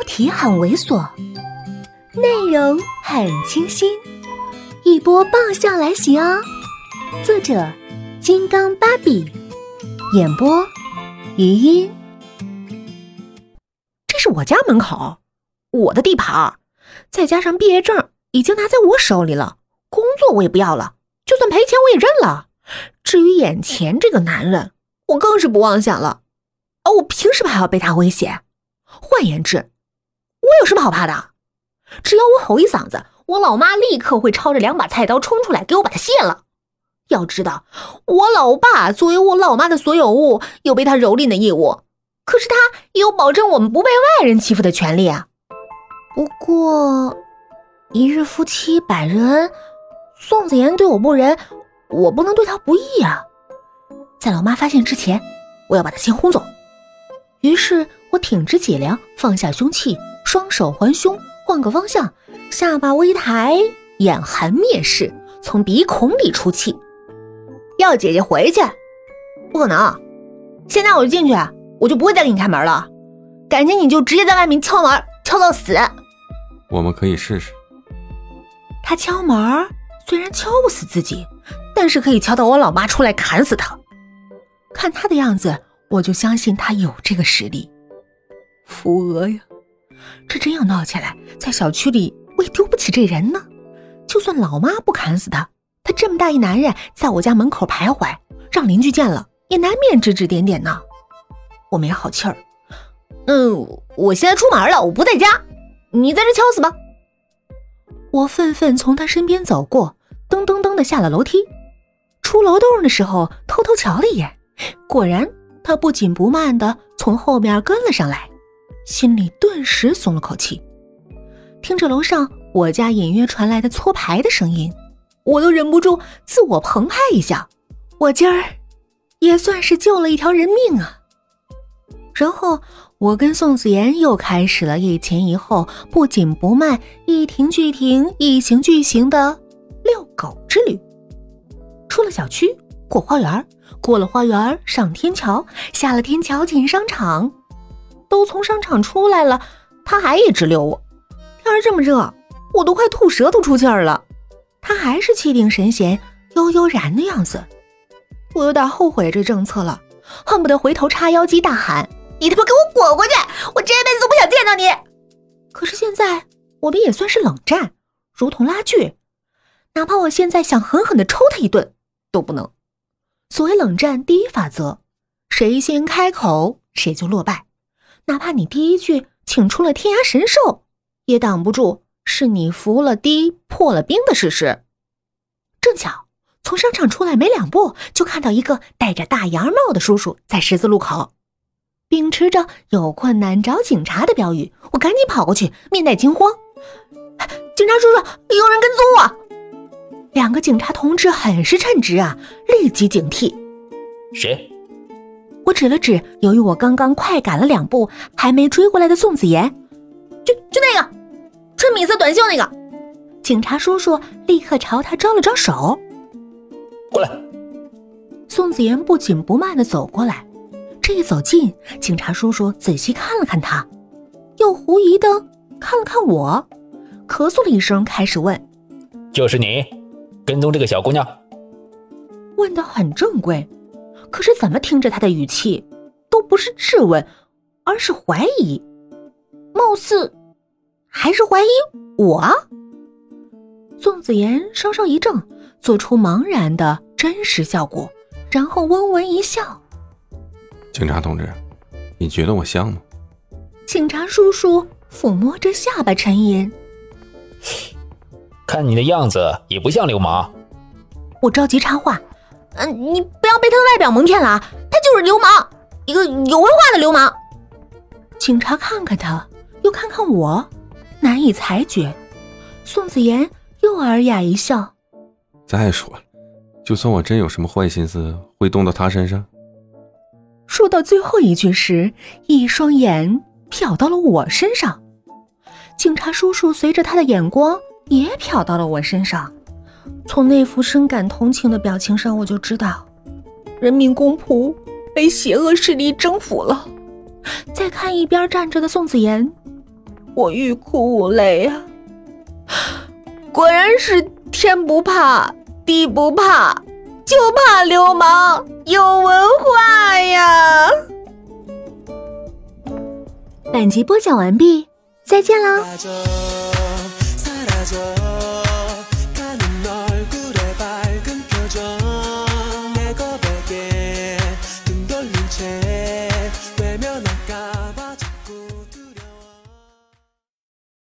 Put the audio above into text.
题很猥琐，内容很清新，一波爆笑来袭哦！作者金刚芭比，演播余音。这是我家门口，我的地盘，再加上毕业证已经拿在我手里了，工作我也不要了，就算赔钱我也认了。至于眼前这个男人，我更是不妄想了。我凭什么还要被他威胁？换言之，我有什么好怕的？只要我吼一嗓子，我老妈立刻会抄着2把菜刀冲出来给我把它卸了。要知道，我老爸作为我老妈的所有物，有被他蹂躏的义务，可是他也有保证我们不被外人欺负的权利啊。不过一日夫妻百日恩，宋子妍对我不仁，我不能对他不义啊。在老妈发现之前，我要把他先轰走。于是我挺直脊梁，放下凶器，双手环胸，换个方向，下巴微抬，眼含蔑视，从鼻孔里出气。要姐姐回去？不可能，现在我就进去，我就不会再给你开门了。感情你就直接在外面敲门，敲到死。 我们可以试试。 他敲门虽然敲不死自己，但是可以敲到我老妈出来砍死他。看他的样子，我就相信他有这个实力。扶额呀，这真要闹起来，在小区里我也丢不起这人呢。就算老妈不砍死他，他这么大一男人在我家门口徘徊，让邻居见了也难免指指点点呢。我没好气儿。我现在出门了，我不在家，你在这敲死吧。我愤愤从他身边走过，噔噔噔地下了楼梯。出楼洞的时候偷偷瞧了一眼，果然他不紧不慢地从后面跟了上来，心里顿时松了口气。听着楼上我家隐约传来的搓牌的声音，我都忍不住自我澎湃一下，我今儿也算是救了一条人命啊。然后我跟宋子妍又开始了一前一后，不紧不慢，一停俱停，一行俱行的遛狗之旅。出了小区，过花园，过了花园，上天桥，下了天桥，进商场。都从商场出来了，他还一直遛我。天儿这么热，我都快吐舌头出气儿了，他还是气定神闲，悠悠然的样子。我有点后悔这政策了，恨不得回头叉腰肌大喊：你他妈给我滚回去，我这辈子都不想见到你。可是现在我们也算是冷战，如同拉锯，哪怕我现在想狠狠地抽他一顿都不能。所谓冷战第一法则，谁先开口谁就落败，哪怕你第一句请出了天涯神兽，也挡不住是你伏了低破了冰的事实。正巧从商场出来没2步，就看到一个戴着大檐帽的叔叔在十字路口，秉持着有困难找警察的标语，我赶紧跑过去，面带惊慌：警察叔叔，有人跟踪我！2个警察同志很是称职啊，立即警惕。 谁？ 我指了指由于我刚刚快赶了2步还没追过来的宋子妍，就那个穿米色短袖那个。警察叔叔立刻朝他招了招手。 过来。 宋子妍不紧不慢地走过来，这一走近，警察叔叔仔细看了看他，又狐疑地看了看我，咳嗽了一声开始问： 就是你跟踪这个小姑娘？ 问得很正规，可是怎么听着他的语气都不是质问，而是怀疑，貌似还是怀疑我。宋子妍稍稍一怔，做出茫然的真实效果，然后温文一笑： 警察同志，你觉得我像吗？ 警察叔叔抚摸着下巴沉吟： 看你的样子也不像流氓。 我着急插话：你不要被他的外表蒙骗了啊，他就是流氓，一个有文化的流氓。警察看看他，又看看我，难以裁决。宋子妍又尔雅一笑： 再说了，就算我真有什么坏心思，会动到他身上？ 说到最后一句时，一双眼瞟到了我身上。警察叔叔随着他的眼光也瞟到了我身上，从那副深感同情的表情上，我就知道人民公仆被邪恶势力征服了。再看一边站着的宋子妍， 我欲哭无泪啊！果然是天不怕地不怕，就怕流氓有文化呀！ 本集播讲完毕，再见啦！ 사라져